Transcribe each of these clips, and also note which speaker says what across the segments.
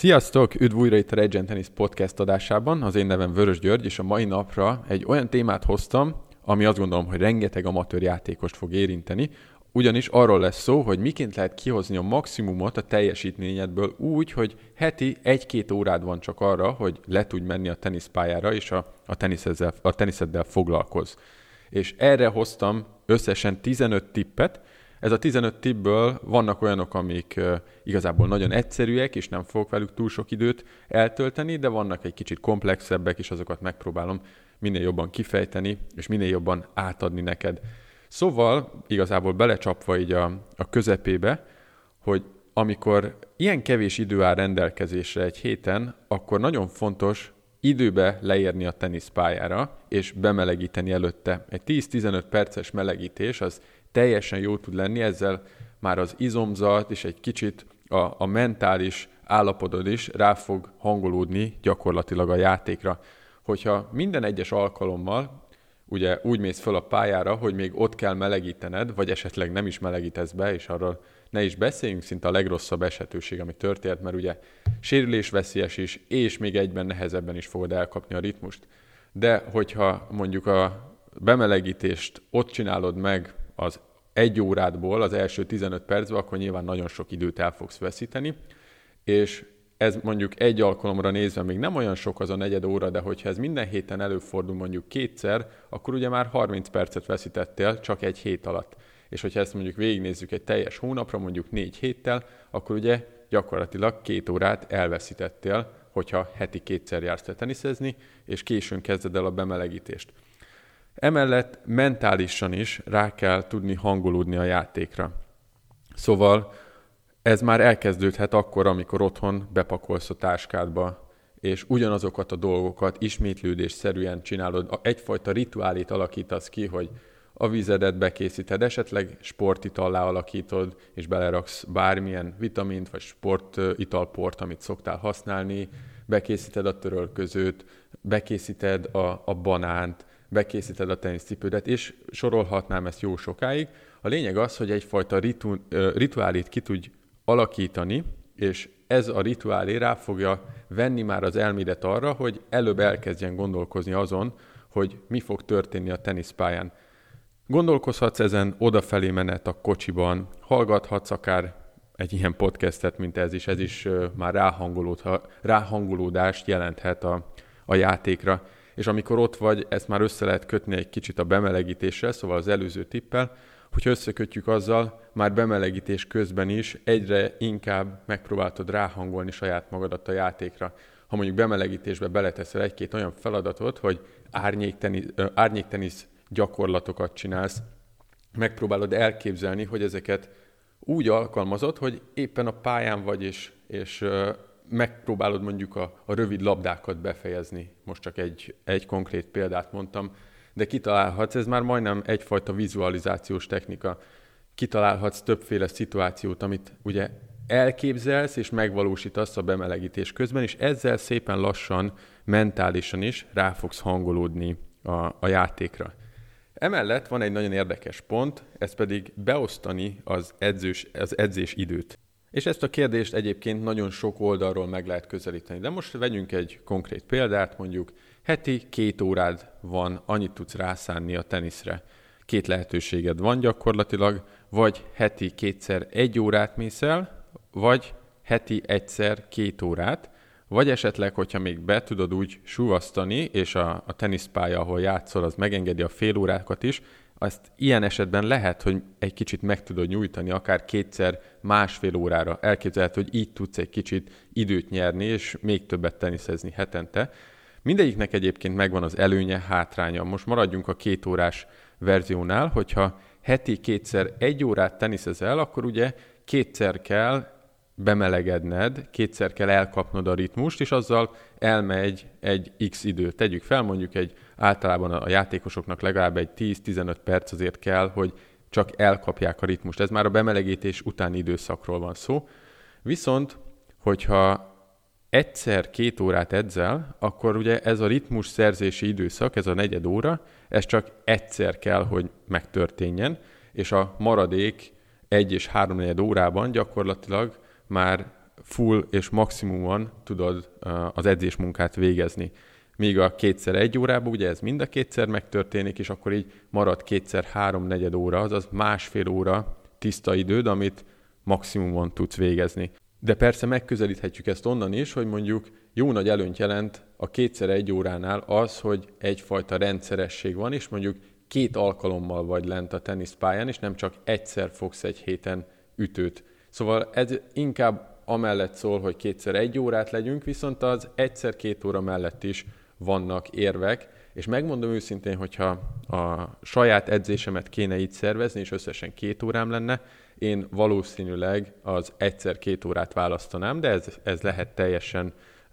Speaker 1: Sziasztok! Üdv újra itt a Regen Tennis Podcast adásában. Az én nevem Vörös György, és a mai napra egy olyan témát hoztam, ami azt gondolom, hogy rengeteg amatőr játékost fog érinteni, ugyanis arról lesz szó, hogy miként lehet kihozni a maximumot a teljesítményedből úgy, hogy heti 1-2 órád van csak arra, hogy le tudj menni a teniszpályára, és a teniszeddel foglalkozz. És erre hoztam összesen 15 tippet. Ez a 15 tippből vannak olyanok, amik igazából nagyon egyszerűek, és nem fogok velük túl sok időt eltölteni, de vannak egy kicsit komplexebbek, és azokat megpróbálom minél jobban kifejteni, és minél jobban átadni neked. Szóval igazából belecsapva így a közepébe, hogy amikor ilyen kevés idő áll rendelkezésre egy héten, akkor nagyon fontos időbe leérni a teniszpályára, és bemelegíteni előtte. Egy 10-15 perces melegítés az teljesen jó tud lenni, ezzel már az izomzat és egy kicsit a mentális állapotod is rá fog hangolódni gyakorlatilag a játékra. Hogyha minden egyes alkalommal ugye úgy mész föl a pályára, hogy még ott kell melegítened, vagy esetleg nem is melegítesz be, és arról ne is beszéljünk, szinte a legrosszabb esetőség, ami történt, mert ugye sérülésveszélyes is, és még egyben nehezebben is fogod elkapni a ritmust. De hogyha mondjuk a bemelegítést ott csinálod meg az 1 órádból az első 15 percben, akkor nyilván nagyon sok időt el fogsz veszíteni, és ez mondjuk egy alkalomra nézve még nem olyan sok az a negyed óra, de hogyha ez minden héten előfordul mondjuk 2-szer, akkor ugye már 30 percet veszítettél csak egy hét alatt. És hogyha ezt mondjuk végignézzük egy teljes hónapra, mondjuk 4 héttel, akkor ugye gyakorlatilag 2 órát elveszítettél, hogyha heti 2-szer jársz el teniszezni, és későn kezded el a bemelegítést. Emellett mentálisan is rá kell tudni hangolódni a játékra. Szóval ez már elkezdődhet akkor, amikor otthon bepakolsz a táskádba, és ugyanazokat a dolgokat ismétlődésszerűen csinálod, egyfajta rituálét alakítasz ki, hogy a vizedet bekészíted, esetleg sportitallá alakítod, és beleraksz bármilyen vitamint, vagy sportitalport, amit szoktál használni, bekészíted a törölközőt, bekészíted a banánt, bekészíted a teniszcipődet, és sorolhatnám ezt jó sokáig. A lényeg az, hogy egyfajta rituálét ki tudj alakítani, és ez a rituálé rá fogja venni már az elmédet arra, hogy előbb elkezdjen gondolkozni azon, hogy mi fog történni a teniszpályán. Gondolkozhatsz ezen odafelé menet a kocsiban, hallgathatsz akár egy ilyen podcastet, mint ez is már ráhangolódást jelenthet a játékra. És amikor ott vagy, ezt már össze lehet kötni egy kicsit a bemelegítéssel, szóval az előző tippel, hogyha összekötjük azzal, már bemelegítés közben is egyre inkább megpróbáltod ráhangolni saját magadat a játékra. Ha mondjuk bemelegítésbe beleteszel 1-2 olyan feladatot, hogy árnyéktenisz gyakorlatokat csinálsz, megpróbálod elképzelni, hogy ezeket úgy alkalmazod, hogy éppen a pályán vagy, és megpróbálod mondjuk a rövid labdákat befejezni. Most csak egy konkrét példát mondtam, de kitalálhatsz, ez már majdnem egyfajta vizualizációs technika. Kitalálhatsz többféle szituációt, amit ugye elképzelsz és megvalósítasz a bemelegítés közben, és ezzel szépen lassan, mentálisan is rá fogsz hangolódni a játékra. Emellett van egy nagyon érdekes pont, ez pedig beosztani az edzés időt. És ezt a kérdést egyébként nagyon sok oldalról meg lehet közelíteni. De most vegyünk egy konkrét példát, mondjuk heti 2 órád van, annyit tudsz rászánni a teniszre. 2 lehetőséged van gyakorlatilag, vagy heti 2-szer 1 órát mész el, vagy heti 1-szer 2 órát, vagy esetleg, hogyha még be tudod úgy suvasztani, és a teniszpálya, ahol játszol, az megengedi a fél órákat is, azt ilyen esetben lehet, hogy egy kicsit meg tudod nyújtani, akár 2-szer 1,5 órára. Elképzelhető, hogy így tudsz egy kicsit időt nyerni, és még többet teniszezni hetente. Mindegyiknek egyébként megvan az előnye, hátránya. Most maradjunk a 2 órás verziónál, hogyha heti 2-szer 1 órát teniszezel, akkor ugye 2-szer kell bemelegedned, 2-szer kell elkapnod a ritmust, és azzal elmegy egy x idő. Tegyük fel, mondjuk általában a játékosoknak legalább egy 10-15 perc azért kell, hogy csak elkapják a ritmust. Ez már a bemelegítés utáni időszakról van szó. Viszont, hogyha 1-2 órát edzel, akkor ugye ez a ritmus szerzési időszak, ez a negyed óra, ez csak egyszer kell, hogy megtörténjen, és a maradék 1 és 3/4 órában gyakorlatilag már full és maximumon tudod az edzésmunkát végezni. Míg a 2x1 órában, ugye ez mind a kétszer megtörténik, és akkor így marad 2x3/4 óra, azaz másfél óra tiszta időd, amit maximumon tudsz végezni. De persze megközelíthetjük ezt onnan is, hogy mondjuk jó nagy előnyt jelent a 2x1 óránál az, hogy egyfajta rendszeresség van, és mondjuk 2 alkalommal vagy lent a teniszpályán, és nem csak egyszer fogsz egy héten ütőt. Szóval ez inkább amellett szól, hogy 2x1 órát legyünk, viszont az 1x2 óra mellett is vannak érvek, és megmondom őszintén, hogyha a saját edzésemet kéne így szervezni, és összesen 2 órám lenne, én valószínűleg az 1x2 órát választanám, de ez lehet teljesen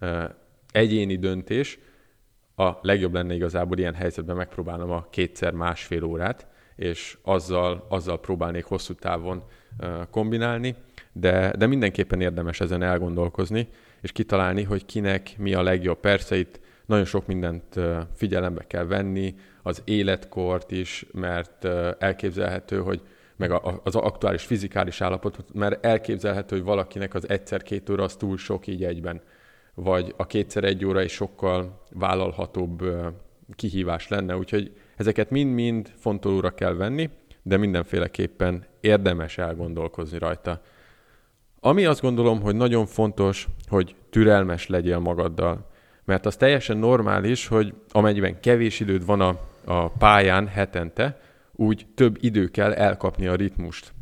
Speaker 1: egyéni döntés. A legjobb lenne igazából ilyen helyzetben megpróbálnom a 2x1,5 órát, és azzal próbálnék hosszú távon kombinálni, de mindenképpen érdemes ezen elgondolkozni, és kitalálni, hogy kinek mi a legjobb. Persze itt nagyon sok mindent figyelembe kell venni, az életkort is, mert elképzelhető, hogy meg az aktuális fizikális állapotot, mert elképzelhető, hogy valakinek az 1x2 óra az túl sok így egyben, vagy a 2x1 óra is sokkal vállalhatóbb kihívás lenne, úgyhogy ezeket mind-mind fontolóra kell venni, de mindenféleképpen érdemes elgondolkozni rajta. Ami azt gondolom, hogy nagyon fontos, hogy türelmes legyél magaddal, mert az teljesen normális, hogy amennyiben kevés időd van a pályán hetente, úgy több idő kell elkapni a ritmust.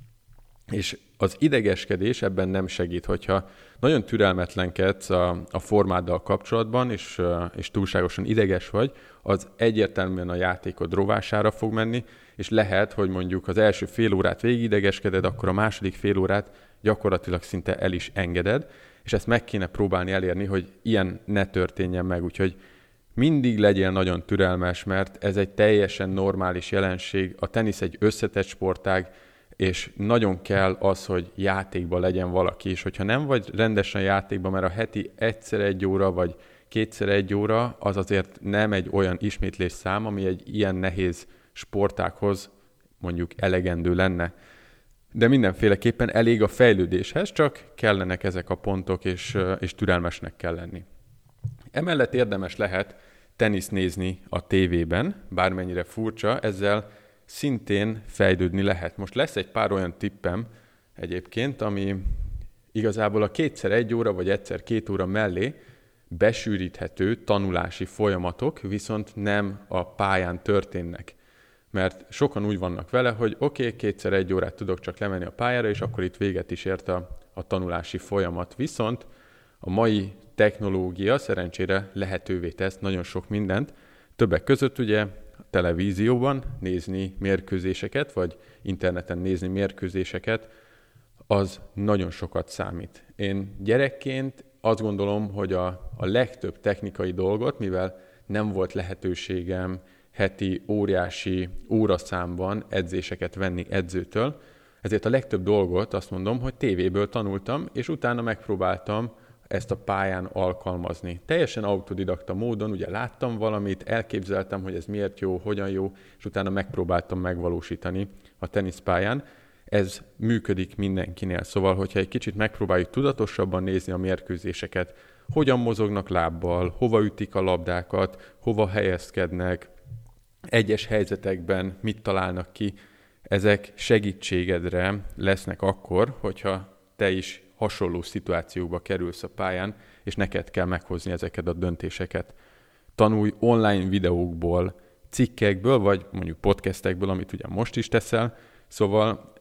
Speaker 1: És az idegeskedés ebben nem segít, hogyha nagyon türelmetlenkedsz a formáddal kapcsolatban, és túlságosan ideges vagy, az egyértelműen a játékod rovására fog menni, és lehet, hogy mondjuk az első fél órát végig idegeskeded, akkor a második fél órát gyakorlatilag szinte el is engeded, és ezt meg kéne próbálni elérni, hogy ilyen ne történjen meg, úgyhogy mindig legyél nagyon türelmes, mert ez egy teljesen normális jelenség. A tenisz egy összetett sportág, és nagyon kell az, hogy játékban legyen valaki, és hogyha nem vagy rendesen játékban, mert a heti 1x1 óra, vagy 2x1 óra, az azért nem egy olyan ismétlés szám, ami egy ilyen nehéz sportághoz mondjuk elegendő lenne. De mindenféleképpen elég a fejlődéshez, csak kellenek ezek a pontok, és türelmesnek kell lenni. Emellett érdemes lehet teniszt nézni a tévében, bármennyire furcsa, ezzel szintén fejlődni lehet. Most lesz egy pár olyan tippem egyébként, ami igazából a 2x1 óra vagy 1x2 óra mellé besűríthető tanulási folyamatok, viszont nem a pályán történnek. Mert sokan úgy vannak vele, hogy oké, 2x1 órát tudok csak lemenni a pályára, és akkor itt véget is ért a tanulási folyamat. Viszont a mai technológia szerencsére lehetővé tesz nagyon sok mindent. Többek között ugye televízióban nézni mérkőzéseket, vagy interneten nézni mérkőzéseket, az nagyon sokat számít. Én gyerekként azt gondolom, hogy a legtöbb technikai dolgot, mivel nem volt lehetőségem heti óriási óraszámban edzéseket venni edzőtől, ezért a legtöbb dolgot azt mondom, hogy tévéből tanultam, és utána megpróbáltam ezt a pályán alkalmazni. Teljesen autodidakta módon, ugye láttam valamit, elképzeltem, hogy ez miért jó, hogyan jó, és utána megpróbáltam megvalósítani a teniszpályán. Ez működik mindenkinél. Szóval, hogyha egy kicsit megpróbáljuk tudatosabban nézni a mérkőzéseket, hogyan mozognak lábbal, hova ütik a labdákat, hova helyezkednek, egyes helyzetekben mit találnak ki, ezek segítségedre lesznek akkor, hogyha te is hasonló szituációkba kerülsz a pályán, és neked kell meghozni ezeket a döntéseket. Tanulj online videókból, cikkekből, vagy mondjuk podcastekből, amit ugye most is teszel. Szóval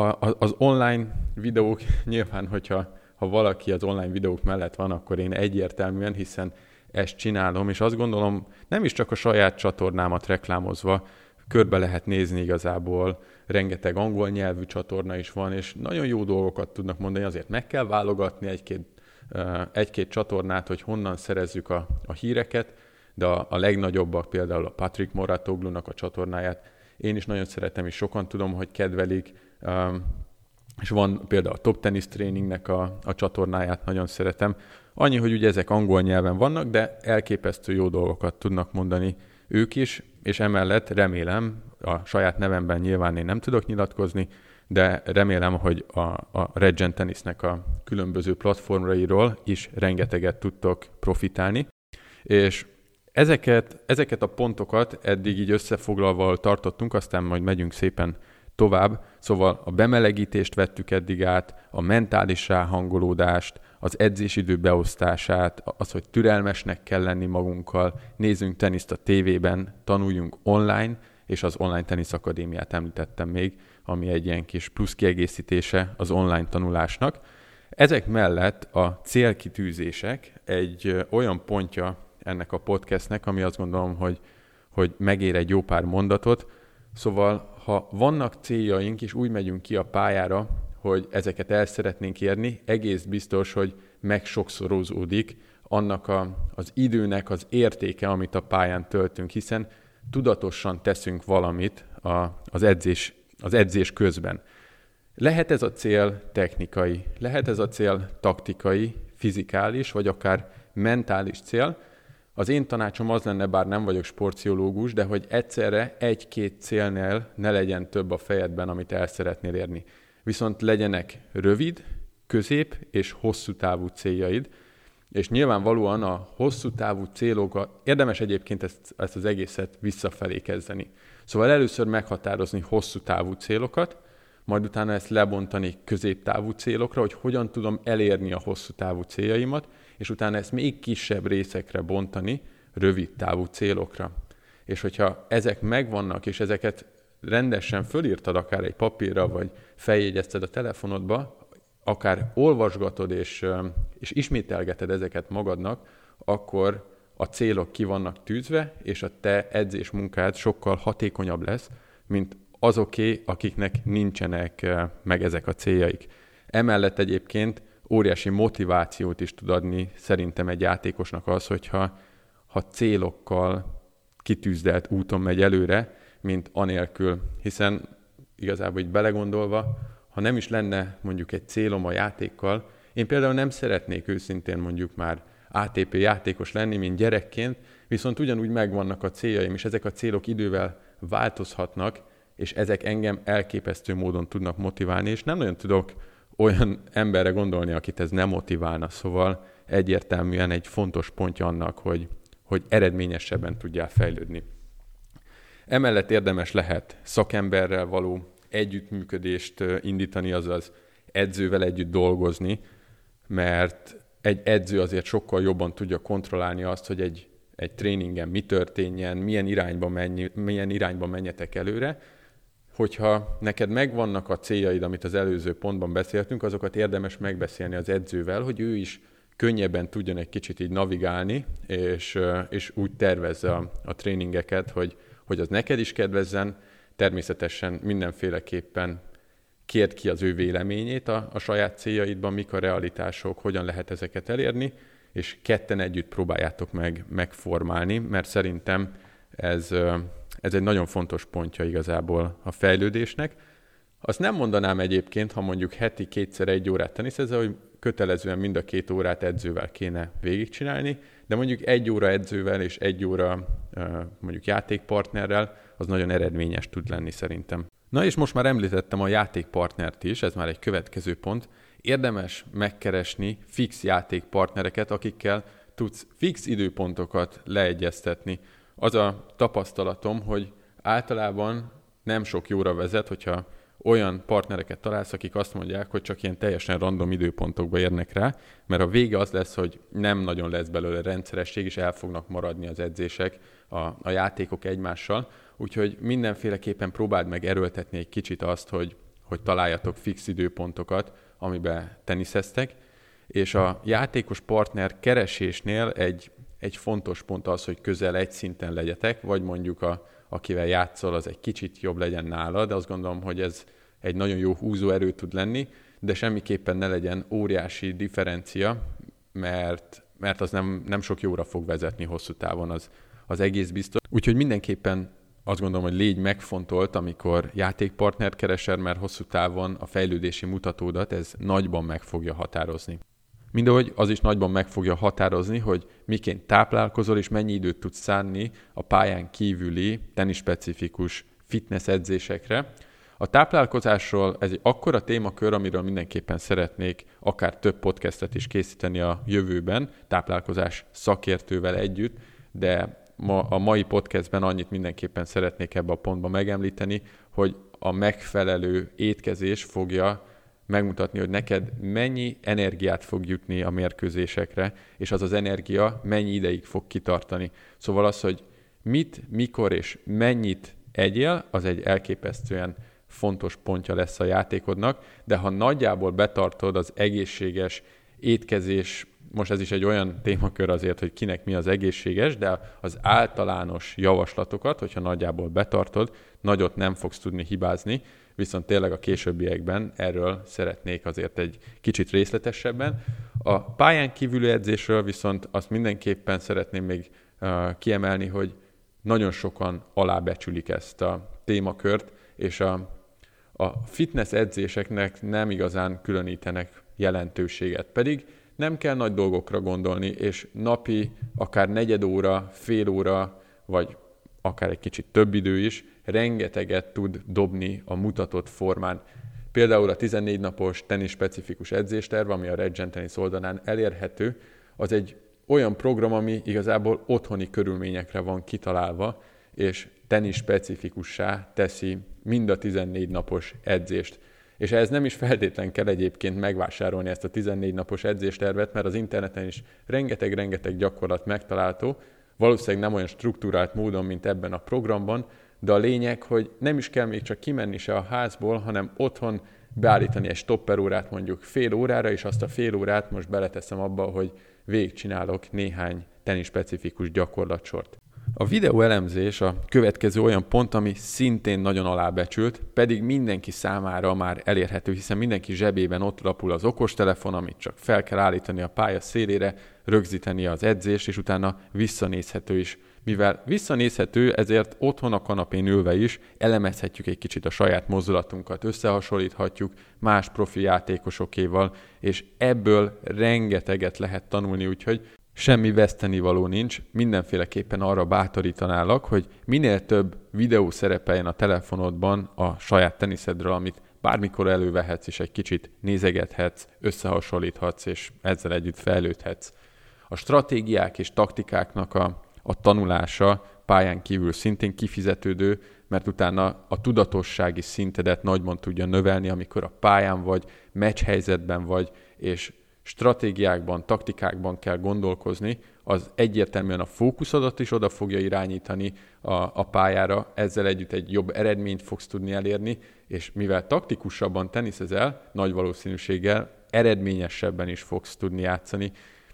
Speaker 1: az online videók nyilván, hogyha valaki az online videók mellett van, akkor én egyértelműen, hiszen ezt csinálom, és azt gondolom, nem is csak a saját csatornámat reklámozva, körbe lehet nézni igazából, rengeteg angol nyelvű csatorna is van, és nagyon jó dolgokat tudnak mondani, azért meg kell válogatni egy-két csatornát, hogy honnan szerezzük a híreket, de a legnagyobbak például a Patrick Mouratoglou-nak a csatornáját én is nagyon szeretem, és sokan tudom, hogy kedvelik, és van például a Top Tennis Trainingnek a csatornáját nagyon szeretem. Annyi, hogy ugye ezek angol nyelven vannak, de elképesztő jó dolgokat tudnak mondani ők is, és emellett remélem, a saját nevemben nyilván én nem tudok nyilatkozni, de remélem, hogy a Regen Tennisnek a különböző platformjairól is rengeteget tudtok profitálni. És ezeket a pontokat eddig így összefoglalva tartottunk, aztán majd megyünk szépen tovább. Szóval a bemelegítést vettük eddig át, a mentális ráhangolódást, az edzésidő beosztását, az, hogy türelmesnek kell lenni magunkkal, nézzünk teniszt a tévében, tanuljunk online, és az Online Tenisz Akadémiát említettem még, ami egy ilyen kis plusz kiegészítése az online tanulásnak. Ezek mellett a célkitűzések egy olyan pontja ennek a podcastnek, ami azt gondolom, hogy megér egy jó pár mondatot. Szóval, ha vannak céljaink, és úgy megyünk ki a pályára, hogy ezeket el szeretnénk érni, egész biztos, hogy megsokszorozódik annak az időnek az értéke, amit a pályán töltünk, hiszen tudatosan teszünk valamit az edzés közben. Lehet ez a cél technikai, lehet ez a cél taktikai, fizikális, vagy akár mentális cél. Az én tanácsom az lenne, bár nem vagyok sportpszichológus, de hogy egyszerre egy-két célnél ne legyen több a fejedben, amit el szeretnél érni. Viszont legyenek rövid, közép és hosszú távú céljaid, és nyilvánvalóan a hosszú távú célokat, érdemes egyébként ezt az egészet visszafelé kezdeni. Szóval először meghatározni hosszú távú célokat, majd utána ezt lebontani középtávú célokra, hogy hogyan tudom elérni a hosszú távú céljaimat, és utána ezt még kisebb részekre bontani, rövid távú célokra. És hogyha ezek megvannak, és ezeket rendesen fölírtad akár egy papírra, vagy feljegyezted a telefonodba, akár olvasgatod és ismételgeted ezeket magadnak, akkor a célok ki vannak tűzve, és a te edzés munkád sokkal hatékonyabb lesz, mint azoké, akiknek nincsenek meg ezek a céljaik. Emellett egyébként óriási motivációt is tud adni szerintem egy játékosnak az, hogyha célokkal kitűzdelt úton megy előre, mint anélkül. Hiszen igazából így belegondolva, ha nem is lenne mondjuk egy célom a játékkal, én például nem szeretnék őszintén mondjuk már ATP játékos lenni, mint gyerekként, viszont ugyanúgy megvannak a céljaim, és ezek a célok idővel változhatnak, és ezek engem elképesztő módon tudnak motiválni, és nem nagyon tudok olyan emberre gondolni, akit ez nem motiválna. Szóval egyértelműen egy fontos pontja annak, hogy eredményesebben tudjál fejlődni. Emellett érdemes lehet szakemberrel való együttműködést indítani, azaz edzővel együtt dolgozni, mert egy edző azért sokkal jobban tudja kontrollálni azt, hogy egy tréningen mi történjen, milyen irányba menjetek előre. Hogyha neked megvannak a céljaid, amit az előző pontban beszéltünk, azokat érdemes megbeszélni az edzővel, hogy ő is könnyebben tudjon egy kicsit így navigálni, és úgy tervezze a tréningeket, hogy az neked is kedvezzen. Természetesen mindenféleképpen kérd ki az ő véleményét a saját céljaidban, mik a realitások, hogyan lehet ezeket elérni, és ketten együtt próbáljátok megformálni, mert szerintem ez egy nagyon fontos pontja igazából a fejlődésnek. Azt nem mondanám egyébként, ha mondjuk heti 2x1 órát teniszezel, hogy kötelezően mind a 2 órát edzővel kéne végigcsinálni, de mondjuk 1 óra edzővel és 1 óra mondjuk játékpartnerrel, az nagyon eredményes tud lenni szerintem. Na és most már említettem a játékpartnert is, ez már egy következő pont. Érdemes megkeresni fix játékpartnereket, akikkel tudsz fix időpontokat leegyeztetni. Az a tapasztalatom, hogy általában nem sok jóra vezet, hogyha olyan partnereket találsz, akik azt mondják, hogy csak ilyen teljesen random időpontokba érnek rá, mert a vége az lesz, hogy nem nagyon lesz belőle rendszeresség, és el fognak maradni az edzések, a játékok egymással. Úgyhogy mindenféleképpen próbáld meg erőltetni egy kicsit azt, hogy találjatok fix időpontokat, amiben teniszeztek, és a játékos partner keresésnél egy fontos pont az, hogy közel egy szinten legyetek, vagy mondjuk akivel játszol, az egy kicsit jobb legyen nála, de azt gondolom, hogy ez egy nagyon jó húzóerő tud lenni, de semmiképpen ne legyen óriási differencia, mert az nem sok jóra fog vezetni hosszú távon, az egész biztos. Úgyhogy mindenképpen azt gondolom, hogy légy megfontolt, amikor játékpartnert keresel, mert hosszú távon a fejlődési mutatódat ez nagyban meg fogja határozni. Mindahogy az is nagyban meg fogja határozni, hogy miként táplálkozol, és mennyi időt tudsz szánni a pályán kívüli, tenispecifikus fitness edzésekre, A táplálkozásról ez egy akkora témakör, amiről mindenképpen szeretnék akár több podcastet is készíteni a jövőben, táplálkozás szakértővel együtt, de a mai podcastben annyit mindenképpen szeretnék ebbe a pontba megemlíteni, hogy a megfelelő étkezés fogja megmutatni, hogy neked mennyi energiát fog jutni a mérkőzésekre, és az energia mennyi ideig fog kitartani. Szóval az, hogy mit, mikor és mennyit egyél, az egy elképesztően fontos pontja lesz a játékodnak, de ha nagyjából betartod az egészséges étkezés, most ez is egy olyan témakör azért, hogy kinek mi az egészséges, de az általános javaslatokat, hogyha nagyjából betartod, nagyot nem fogsz tudni hibázni, viszont tényleg a későbbiekben erről szeretnék azért egy kicsit részletesebben. A pályán kívüli edzésről viszont azt mindenképpen szeretném még kiemelni, hogy nagyon sokan alábecsülik ezt a témakört, és a fitness edzéseknek nem igazán különítenek jelentőséget. Pedig nem kell nagy dolgokra gondolni, és napi akár negyed óra, fél óra, vagy akár egy kicsit több idő is, rengeteget tud dobni a mutatott formán. Például a 14 napos tenisz-specifikus edzésterv, ami a Regen Tennis oldalán elérhető, az egy olyan program, ami igazából otthoni körülményekre van kitalálva, és tenisz-specifikussá teszi mind a 14 napos edzést. És ehhez nem is feltétlen kell egyébként megvásárolni ezt a 14 napos edzéstervet, mert az interneten is rengeteg gyakorlat megtalálható, valószínűleg nem olyan struktúrált módon, mint ebben a programban, de a lényeg, hogy nem is kell még csak kimenni se a házból, hanem otthon beállítani egy stopperórát mondjuk fél órára, és azt a fél órát most beleteszem abba, hogy végigcsinálok néhány tenisz-specifikus gyakorlatsort. A videó elemzés a következő olyan pont, ami szintén nagyon alábecsült, pedig mindenki számára már elérhető, hiszen mindenki zsebében ott lapul az okostelefon, amit csak fel kell állítani a pálya szélére, rögzíteni az edzést, és utána visszanézhető is. Mivel visszanézhető, ezért otthon a kanapén ülve is elemezhetjük egy kicsit a saját mozdulatunkat, összehasonlíthatjuk más profi játékosokéval, és ebből rengeteget lehet tanulni, úgyhogy semmi vesztenivaló nincs, mindenféleképpen arra bátorítanálak, hogy minél több videó szerepeljen a telefonodban a saját teniszedről, amit bármikor elővehetsz, és egy kicsit nézegethetsz, összehasonlíthatsz, és ezzel együtt fejlődhetsz. A stratégiák és taktikáknak a tanulása pályán kívül szintén kifizetődő, mert utána a tudatossági szintedet nagyban tudja növelni, amikor a pályán vagy, meccshelyzetben vagy, és stratégiákban, taktikákban kell gondolkozni, az egyértelműen a fókuszodat is oda fogja irányítani a pályára, ezzel együtt egy jobb eredményt fogsz tudni elérni, és mivel taktikusabban teniszezel, nagy valószínűséggel eredményesebben is fogsz tudni játszani.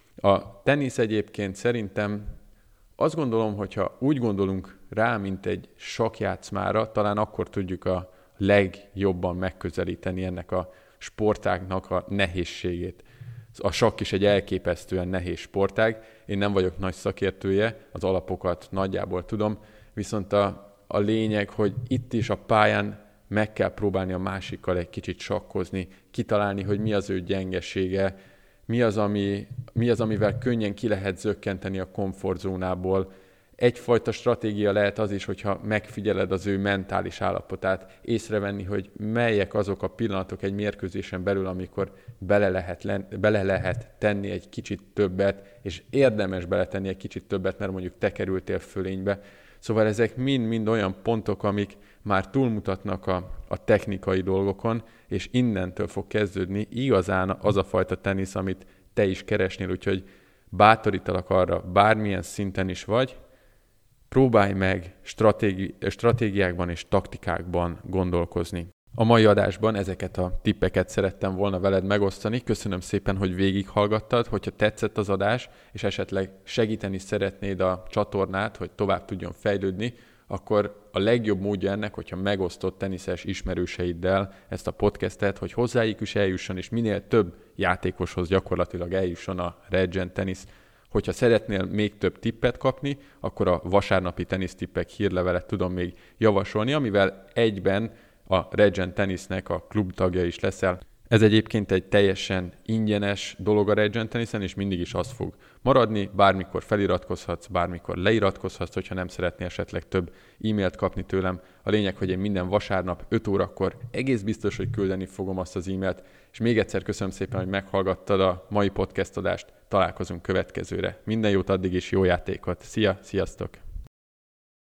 Speaker 1: A tenisz egyébként szerintem azt gondolom, hogyha úgy gondolunk rá, mint egy sakkjátszmára, talán akkor tudjuk a legjobban megközelíteni ennek a sportágnak a nehézségét. A sakk is egy elképesztően nehéz sportág, én nem vagyok nagy szakértője, az alapokat nagyjából tudom, viszont a lényeg, hogy itt is a pályán meg kell próbálni a másikkal egy kicsit sakkozni, kitalálni, hogy mi az ő gyengesége, mi az, amivel könnyen ki lehet zökkenteni a komfortzónából. Egyfajta stratégia lehet az is, hogyha megfigyeled az ő mentális állapotát, észrevenni, hogy melyek azok a pillanatok egy mérkőzésen belül, amikor bele lehet tenni egy kicsit többet, és érdemes beletenni egy kicsit többet, mert mondjuk te kerültél fölénybe. Szóval ezek mind olyan pontok, amik már túlmutatnak a technikai dolgokon, és innentől fog kezdődni igazán az a fajta tenisz, amit te is keresnél, úgyhogy bátorítalak arra, bármilyen szinten is vagy, próbálj meg stratégiákban és taktikákban gondolkozni. A mai adásban ezeket a tippeket szerettem volna veled megosztani. Köszönöm szépen, hogy végighallgattad. Hogyha tetszett az adás, és esetleg segíteni szeretnéd a csatornát, hogy tovább tudjon fejlődni, akkor a legjobb módja ennek, hogyha megosztott teniszes ismerőseiddel ezt a podcastet, hogy hozzájuk is eljusson, és minél több játékoshoz gyakorlatilag eljusson a Regen Tennis. Hogyha szeretnél még több tippet kapni, akkor a vasárnapi tenisztippek hírlevelet tudom még javasolni, amivel egyben a Regen Tennisnek a klubtagja is leszel. Ez egyébként egy teljesen ingyenes dolog a Rage Tennis-en, és mindig is az fog maradni. Bármikor feliratkozhatsz, bármikor leiratkozhatsz, hogyha nem szeretnél esetleg több e-mailt kapni tőlem. A lényeg, hogy én minden vasárnap 5 órakor egész biztos, hogy küldeni fogom azt az e-mailt. És még egyszer köszönöm szépen, hogy meghallgattad a mai podcast adást. Találkozunk következőre. Minden jót addig is, jó játékot. Sziasztok!